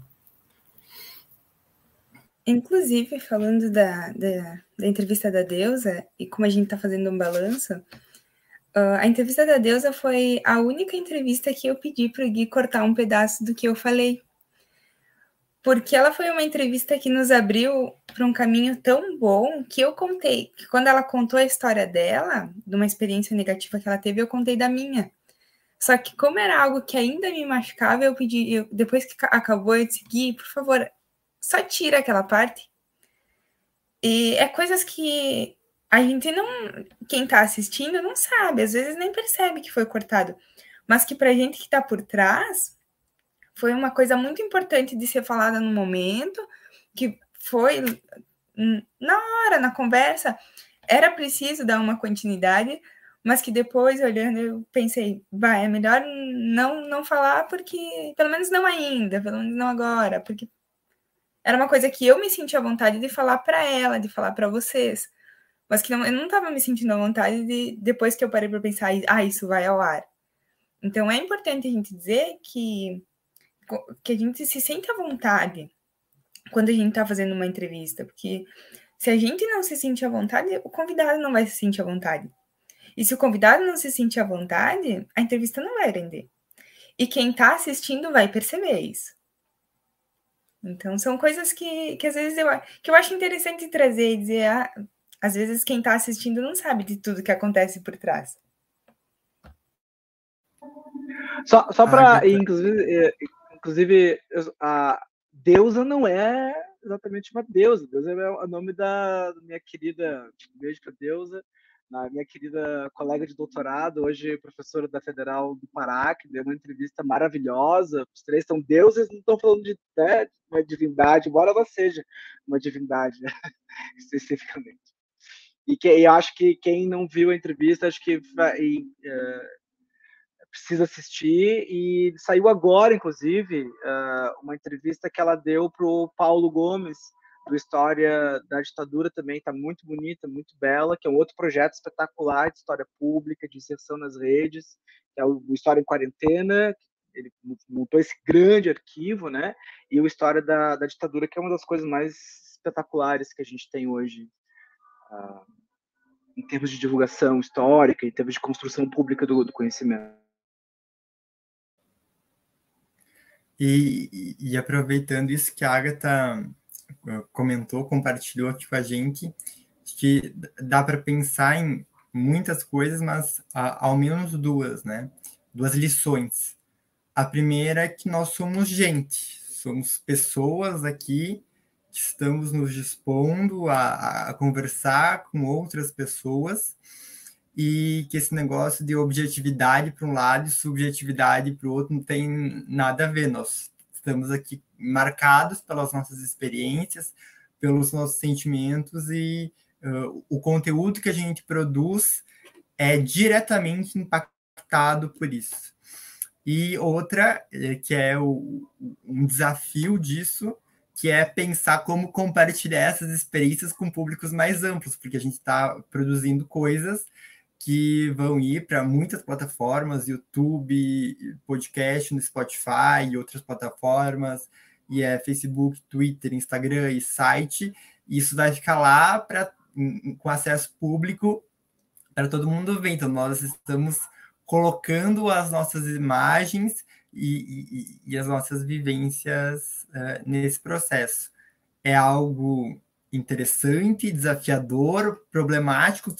Inclusive, falando da, da, da entrevista da Deusa, e como a gente está fazendo um balanço, uh, a entrevista da Deusa foi a única entrevista que eu pedi para o Gui cortar um pedaço do que eu falei. Porque ela foi uma entrevista que nos abriu para um caminho tão bom que eu contei, que quando ela contou a história dela, de uma experiência negativa que ela teve, eu contei da minha. Só que como era algo que ainda me machucava, eu pedi, eu, depois que acabou, eu disse, Gui, por favor, só tira aquela parte. E é coisas que a gente não... Quem está assistindo não sabe, às vezes nem percebe que foi cortado. Mas que para a gente que está por trás, foi uma coisa muito importante de ser falada no momento, que foi na hora, na conversa, era preciso dar uma continuidade, mas que depois, olhando, eu pensei, vai, é melhor não, não falar, porque, pelo menos não ainda, pelo menos não agora, porque era uma coisa que eu me sentia à vontade de falar para ela, de falar para vocês, mas que não, eu não estava me sentindo à vontade de, depois que eu parei para pensar, ah, isso vai ao ar. Então, é importante a gente dizer que, que a gente se sente à vontade quando a gente está fazendo uma entrevista, porque se a gente não se sente à vontade, o convidado não vai se sentir à vontade. E se o convidado não se sentir à vontade, a entrevista não vai render. E quem está assistindo vai perceber isso. Então, são coisas que, que às vezes eu, que eu acho interessante trazer e dizer, ah, às vezes quem está assistindo não sabe de tudo que acontece por trás. Só, só para, ah, inclusive, inclusive, a deusa não é exatamente uma deusa. Deusa é o nome da minha querida, um beijo para deusa, a minha querida colega de doutorado, hoje professora da Federal do Pará, que deu uma entrevista maravilhosa. Os três são deuses, não estão falando de, né, uma divindade, embora ela seja uma divindade, né, especificamente. E que eu acho que quem não viu a entrevista, acho que vai, é, precisa assistir. E saiu agora, inclusive, uh, uma entrevista que ela deu para o Paulo Gomes, do História da Ditadura, também está muito bonita, muito bela, que é um outro projeto espetacular de história pública, de inserção nas redes, que é o História em Quarentena. Ele montou esse grande arquivo, né? E o História da, da Ditadura, que é uma das coisas mais espetaculares que a gente tem hoje, uh, em termos de divulgação histórica, em termos de construção pública do, do conhecimento. E, e, e aproveitando isso que a Agatha comentou, compartilhou aqui com a gente, que dá para pensar em muitas coisas, mas a, ao menos duas, né? Duas lições. A primeira é que nós somos gente, somos pessoas aqui que estamos nos dispondo a, a conversar com outras pessoas, e que esse negócio de objetividade para um lado e subjetividade para o outro não tem nada a ver. Nós estamos aqui marcados pelas nossas experiências, pelos nossos sentimentos, e uh, o conteúdo que a gente produz é diretamente impactado por isso. E outra, que é o, um desafio disso, que é pensar como compartilhar essas experiências com públicos mais amplos, porque a gente está produzindo coisas que vão ir para muitas plataformas, YouTube, podcast no Spotify e outras plataformas, e é Facebook, Twitter, Instagram e site. E isso vai ficar lá pra, com acesso público para todo mundo ver. Então, nós estamos colocando as nossas imagens e, e, e as nossas vivências uh, nesse processo. É algo interessante, desafiador, problemático, que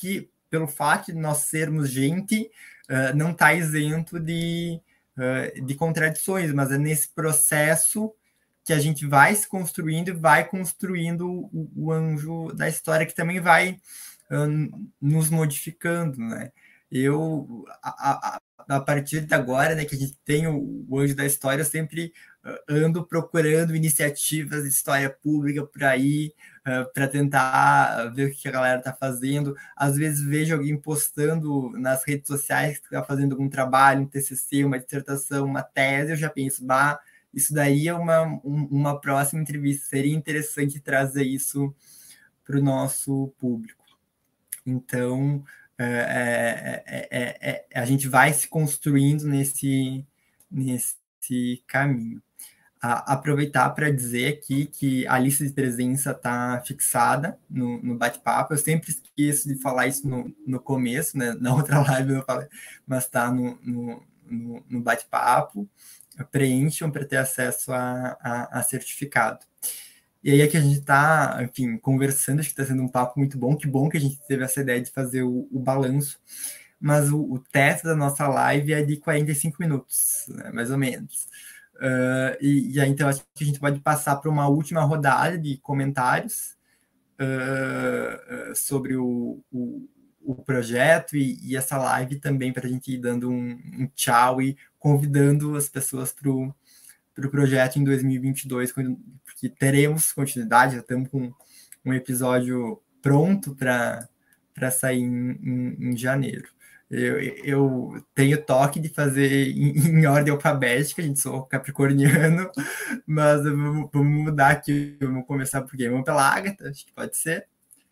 pelo fato de nós sermos gente, uh, não está isento de, uh, de contradições, mas é nesse processo que a gente vai se construindo e vai construindo o, o anjo da história, que também vai uh, nos modificando, né? Eu, a, a, a partir de agora, né, que a gente tem o, o anjo da história, eu sempre uh, ando procurando iniciativas de história pública por aí, uh, para tentar ver o que a galera está fazendo. Às vezes vejo alguém postando nas redes sociais que está fazendo algum trabalho, um T C C, uma dissertação, uma tese, eu já penso, bah, isso daí é uma, um, uma próxima entrevista, seria interessante trazer isso para o nosso público. Então, é, é, é, é, a gente vai se construindo nesse, nesse caminho. A, aproveitar para dizer aqui que a lista de presença está fixada no, no bate-papo. Eu sempre esqueço de falar isso no, no começo, né? Na outra live eu falei, mas está no, no, no, no bate-papo. Preencham para ter acesso a, a, a certificado. E aí é que a gente está, enfim, conversando, acho que está sendo um papo muito bom, que bom que a gente teve essa ideia de fazer o, o balanço, mas o, o teto da nossa live é de quarenta e cinco minutos, né, mais ou menos. Uh, e, e aí, então, acho que a gente pode passar para uma última rodada de comentários uh, uh, sobre o, o, o projeto e, e essa live também, para a gente ir dando um, um tchau e convidando as pessoas para o pro projeto em dois mil e vinte e dois, porque teremos continuidade, já estamos com um episódio pronto para sair em, em, em janeiro. Eu, eu tenho toque de fazer em, em ordem alfabética, a gente sou capricorniano, mas vamos, vamos mudar aqui, vamos começar por quê? Vamos pela Agatha, acho que pode ser.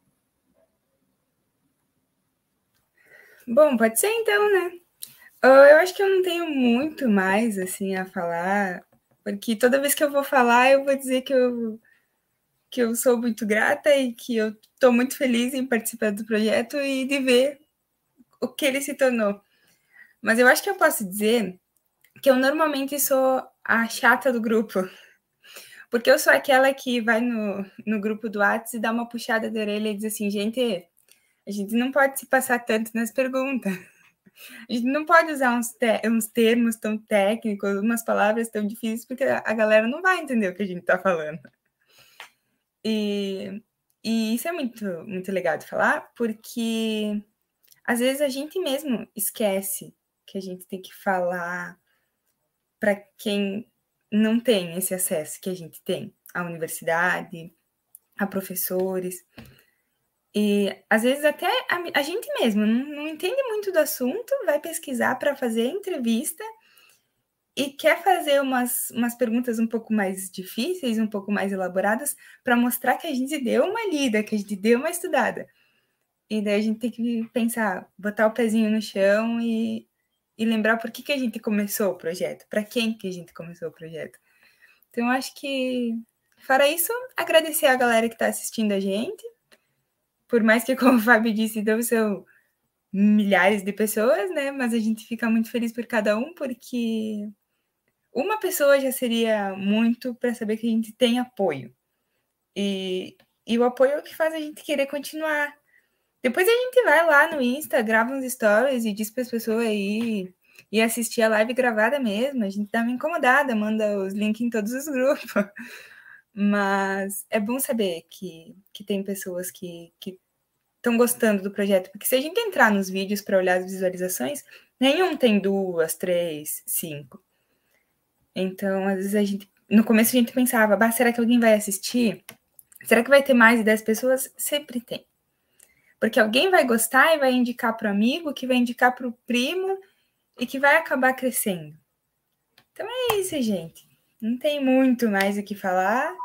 Bom, pode ser então, né? Eu acho que eu não tenho muito mais, assim, a falar, porque toda vez que eu vou falar, eu vou dizer que eu, que eu sou muito grata e que eu estou muito feliz em participar do projeto e de ver o que ele se tornou. Mas eu acho que eu posso dizer que eu normalmente sou a chata do grupo, porque eu sou aquela que vai no, no grupo do WhatsApp e dá uma puxada de orelha e diz assim, gente, a gente não pode se passar tanto nas perguntas. A gente não pode usar uns, te- uns termos tão técnicos, umas palavras tão difíceis, porque a galera não vai entender o que a gente está falando. E, e isso é muito, muito legal de falar, porque às vezes a gente mesmo esquece que a gente tem que falar para quem não tem esse acesso que a gente tem à universidade, a professores. E às vezes até a, a gente mesmo não, não entende muito do assunto, vai pesquisar para fazer entrevista e quer fazer umas, umas perguntas um pouco mais difíceis, um pouco mais elaboradas, para mostrar que a gente deu uma lida, que a gente deu uma estudada. E daí a gente tem que pensar, botar o pezinho no chão e, e lembrar por que, que a gente começou o projeto, para quem que a gente começou o projeto. Então, eu acho que, fora isso, agradecer a galera que está assistindo a gente, por mais que, como o Fábio disse, não são milhares de pessoas, né? Mas a gente fica muito feliz por cada um, porque uma pessoa já seria muito para saber que a gente tem apoio. E, e o apoio é o que faz a gente querer continuar. Depois a gente vai lá no Insta, grava uns stories e diz para as pessoas aí e assistir a live gravada mesmo. A gente dá uma incomodada, manda os links em todos os grupos. Mas é bom saber que, que tem pessoas que estão gostando do projeto, porque se a gente entrar nos vídeos para olhar as visualizações, nenhum tem duas, três, cinco. Então, às vezes a gente, no começo a gente pensava, bah, será que alguém vai assistir? Será que vai ter mais de dez pessoas? Sempre tem. Porque alguém vai gostar e vai indicar para o amigo, que vai indicar para o primo e que vai acabar crescendo. Então é isso, gente. Não tem muito mais o que falar.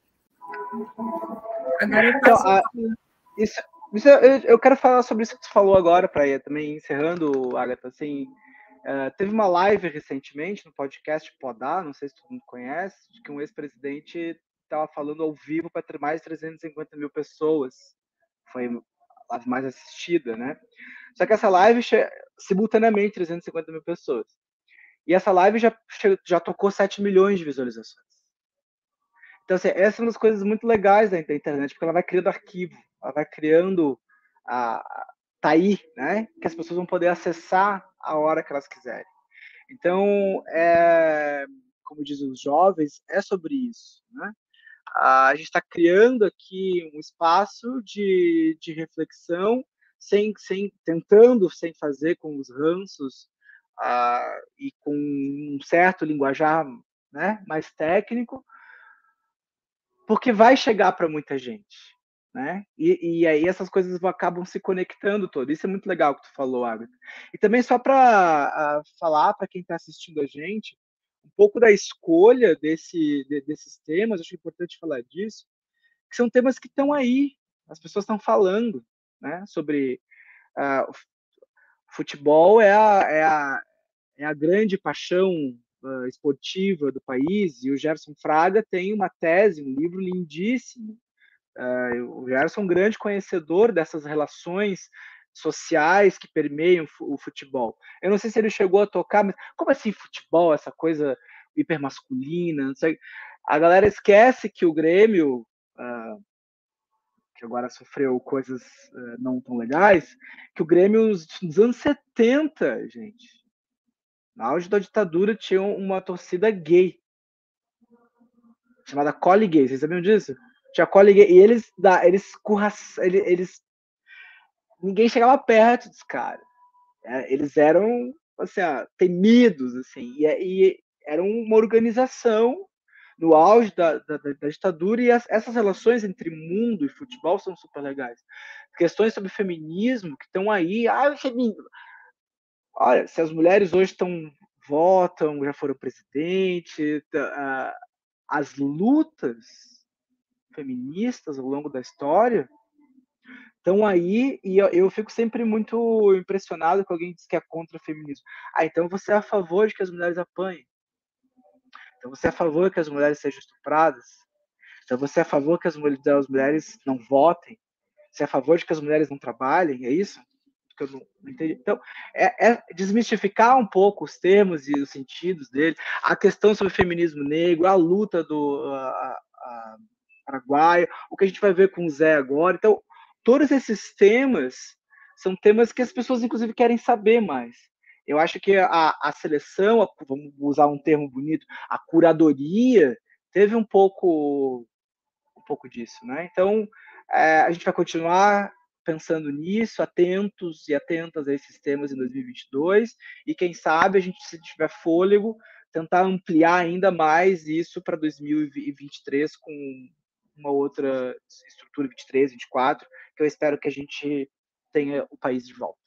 Agora eu passo... Então, a, isso, isso eu, eu quero falar sobre isso que você falou agora, para ir também encerrando, Agatha. Assim, uh, teve uma live recentemente no podcast Podar, não sei se todo mundo conhece, de que um ex-presidente estava falando ao vivo para ter mais de trezentas e cinquenta mil pessoas. Foi a live mais assistida, né? Só que essa live, simultaneamente, trezentas e cinquenta mil pessoas. E essa live já, já tocou sete milhões de visualizações. Então, assim, essa é uma das coisas muito legais da internet, porque ela vai criando arquivo, ela vai criando a, tá aí, né? Que as pessoas vão poder acessar a hora que elas quiserem. Então, é, como dizem os jovens, é sobre isso, né? A gente está criando aqui um espaço de, de reflexão, sem, sem, tentando, sem fazer com os ranços uh, e com um certo linguajar, né, mais técnico, porque vai chegar para muita gente, né? E, e aí essas coisas acabam se conectando todo. Isso é muito legal que tu falou, Agatha. E também só para uh, falar para quem está assistindo a gente, um pouco da escolha desse, de, desses temas, acho importante falar disso, que são temas que estão aí, as pessoas estão falando, né? Sobre uh, futebol é a, é, a, é a grande paixão uh, esportiva do país, e o Gerson Fraga tem uma tese, um livro lindíssimo. Uh, o Gerson é um grande conhecedor dessas relações sociais que permeiam o futebol. Eu não sei se ele chegou a tocar, mas como assim futebol, essa coisa hipermasculina? Não sei. A galera esquece que o Grêmio, uh, que agora sofreu coisas uh, não tão legais, que o Grêmio nos, nos anos setenta, gente, na auge da ditadura, tinha uma torcida gay, chamada Cole Gay. Vocês sabiam disso? Tinha Cole Gay, e eles, eles, eles, eles ninguém chegava perto dos caras. Eles eram, assim, ó, temidos, assim, e, e era uma organização no auge da, da, da ditadura, e as, essas relações entre mundo e futebol são super legais. Questões sobre feminismo que estão aí. Ah, feminismo. Olha, se as mulheres hoje estão votam, já foram presidente, tá, as lutas feministas ao longo da história estão aí, e eu, eu fico sempre muito impressionado com alguém que diz que é contra o feminismo. Ah, então você é a favor de que as mulheres apanhem? Então você é a favor que as mulheres sejam estupradas? Então você é a favor que as mulheres, as mulheres não votem? Você é a favor de que as mulheres não trabalhem? É isso? Que eu não, não entendi. Então, é, é desmistificar um pouco os termos e os sentidos dele, a questão sobre o feminismo negro, a luta do a, a, Paraguai, o que a gente vai ver com o Zé agora. Então, todos esses temas são temas que as pessoas, inclusive, querem saber mais. Eu acho que a, a seleção, a, vamos usar um termo bonito, a curadoria, teve um pouco, um pouco disso, né? Então, é, a gente vai continuar pensando nisso, atentos e atentas a esses temas em dois mil e vinte e dois, e quem sabe a gente, se tiver fôlego, tentar ampliar ainda mais isso para dois mil e vinte e três com uma outra estrutura, vinte e três, vinte e quatro, que eu espero que a gente tenha o país de volta.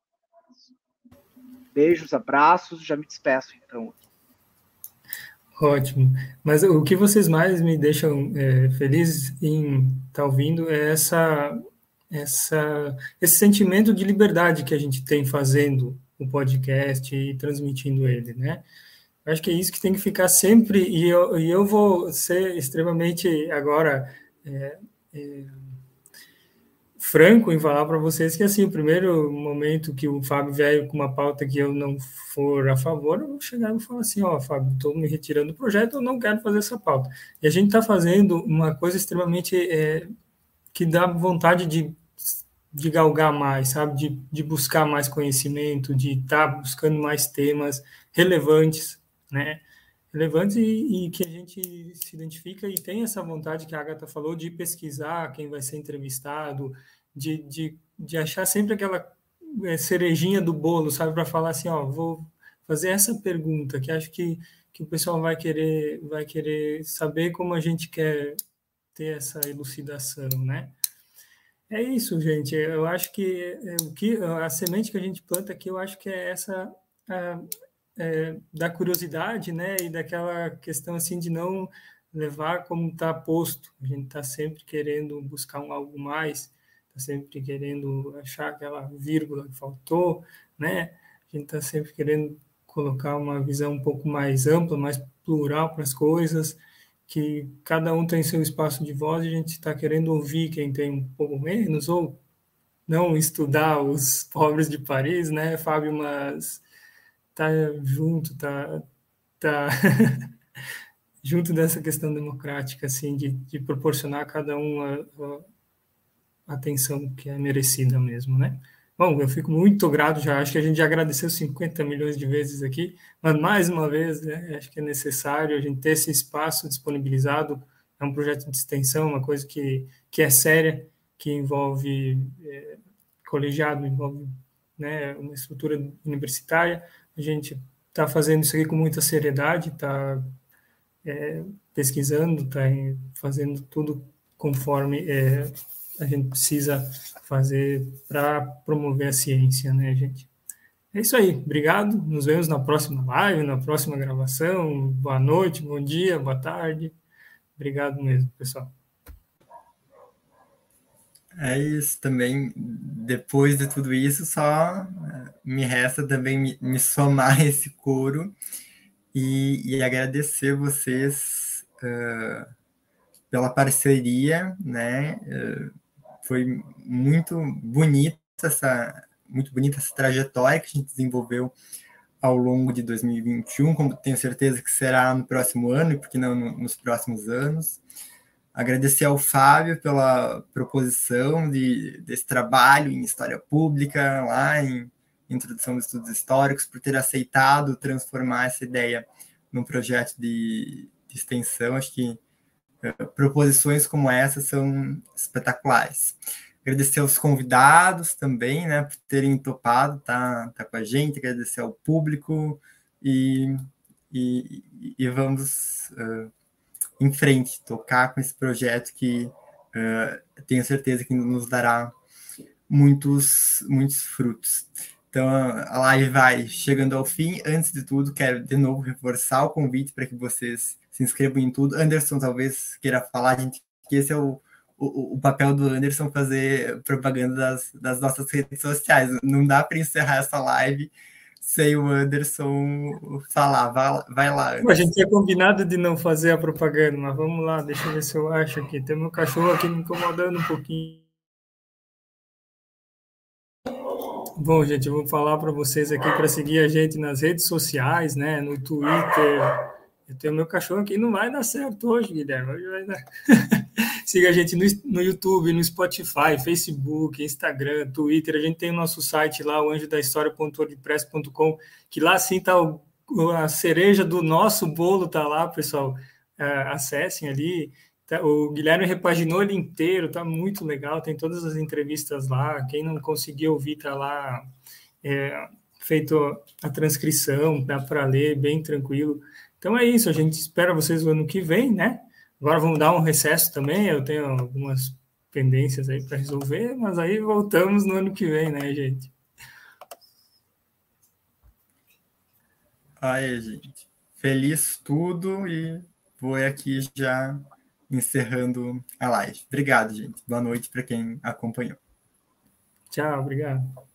Beijos, abraços, já me despeço, então. Ótimo. Mas o que vocês mais me deixam é, feliz em estar tá ouvindo é essa, essa, esse sentimento de liberdade que a gente tem fazendo o podcast e transmitindo ele, né? Eu acho que é isso que tem que ficar sempre, e eu, e eu vou ser extremamente agora é, é, franco em falar para vocês que, assim, o primeiro momento que o Fábio veio com uma pauta que eu não for a favor, eu vou chegar e vou falar assim, ó, Fábio, estou me retirando do projeto, eu não quero fazer essa pauta. E a gente está fazendo uma coisa extremamente é, que dá vontade de, de galgar mais, sabe, de, de buscar mais conhecimento, de estar tá buscando mais temas relevantes, né, relevantes e, e que a gente se identifica e tem essa vontade que a Agatha falou de pesquisar quem vai ser entrevistado, de, de, de achar sempre aquela cerejinha do bolo, sabe, para falar assim, ó, vou fazer essa pergunta, que acho que, que o pessoal vai querer, vai querer saber como a gente quer ter essa elucidação, né? É isso, gente, eu acho que, o que a semente que a gente planta aqui, eu acho que é essa... A, É, da curiosidade, né, e daquela questão assim de não levar como está posto. A gente está sempre querendo buscar um algo mais, está sempre querendo achar aquela vírgula que faltou, né? A gente está sempre querendo colocar uma visão um pouco mais ampla, mais plural para as coisas, que cada um tem seu espaço de voz e a gente está querendo ouvir quem tem um pouco menos, ou não estudar os pobres de Paris, né, Fábio, mas tá junto, tá, tá junto dessa questão democrática, assim, de, de proporcionar a cada um a, a atenção que é merecida mesmo, né? Bom, eu fico muito grato, já acho que a gente já agradeceu cinquenta milhões de vezes aqui, mas mais uma vez, né, acho que é necessário a gente ter esse espaço disponibilizado. É um projeto de extensão, uma coisa que, que é séria, que envolve é, colegiado, envolve, né, uma estrutura universitária. A gente está fazendo isso aqui com muita seriedade, está é, pesquisando, está fazendo tudo conforme é, a gente precisa fazer para promover a ciência, né, gente? É isso aí, obrigado. Nos vemos na próxima live, na próxima gravação. Boa noite, bom dia, boa tarde. Obrigado mesmo, pessoal. É isso também. Depois de tudo isso, só me resta também me, me somar a esse coro e, e agradecer vocês uh, pela parceria, né? Uh, foi muito bonita essa, muito bonita essa trajetória que a gente desenvolveu ao longo de dois mil e vinte e um, como tenho certeza que será no próximo ano, e por que não no, nos próximos anos. Agradecer ao Fábio pela proposição de, desse trabalho em História Pública, lá em Introdução dos Estudos Históricos, por ter aceitado transformar essa ideia num projeto de, de extensão. Acho que uh, proposições como essa são espetaculares. Agradecer aos convidados também, né, por terem topado tá, tá com a gente, agradecer ao público e, e, e vamos... Uh, em frente, tocar com esse projeto que uh, tenho certeza que nos dará muitos, muitos frutos. Então, a live vai chegando ao fim. Antes de tudo, quero de novo reforçar o convite para que vocês se inscrevam em tudo. Anderson talvez queira falar, gente, que esse é o, o, o papel do Anderson, fazer propaganda das, das nossas redes sociais. Não dá para encerrar essa live sem o Anderson falar. Vai, vai lá, Anderson. A gente tinha combinado de não fazer a propaganda, mas vamos lá, deixa eu ver se eu acho aqui. Tem meu cachorro aqui me incomodando um pouquinho. Bom, gente, eu vou falar para vocês aqui para seguir a gente nas redes sociais, né? No Twitter. Eu tenho meu cachorro aqui, não vai dar certo hoje, Guilherme. Hoje vai dar. Siga a gente no, no YouTube, no Spotify, Facebook, Instagram, Twitter. A gente tem o nosso site lá, o anjo da história ponto wordpress ponto com, que lá sim está a cereja do nosso bolo, tá lá, pessoal. Uh, acessem ali. Tá, o Guilherme repaginou ele inteiro, tá muito legal. Tem todas as entrevistas lá. Quem não conseguiu ouvir, tá lá é, feito a transcrição, dá para ler bem tranquilo. Então é isso, a gente espera vocês no ano que vem, né? Agora vamos dar um recesso também, eu tenho algumas pendências aí para resolver, mas aí voltamos no ano que vem, né, gente? Aí, gente. Feliz tudo e vou aqui já encerrando a live. Obrigado, gente. Boa noite para quem acompanhou. Tchau, obrigado.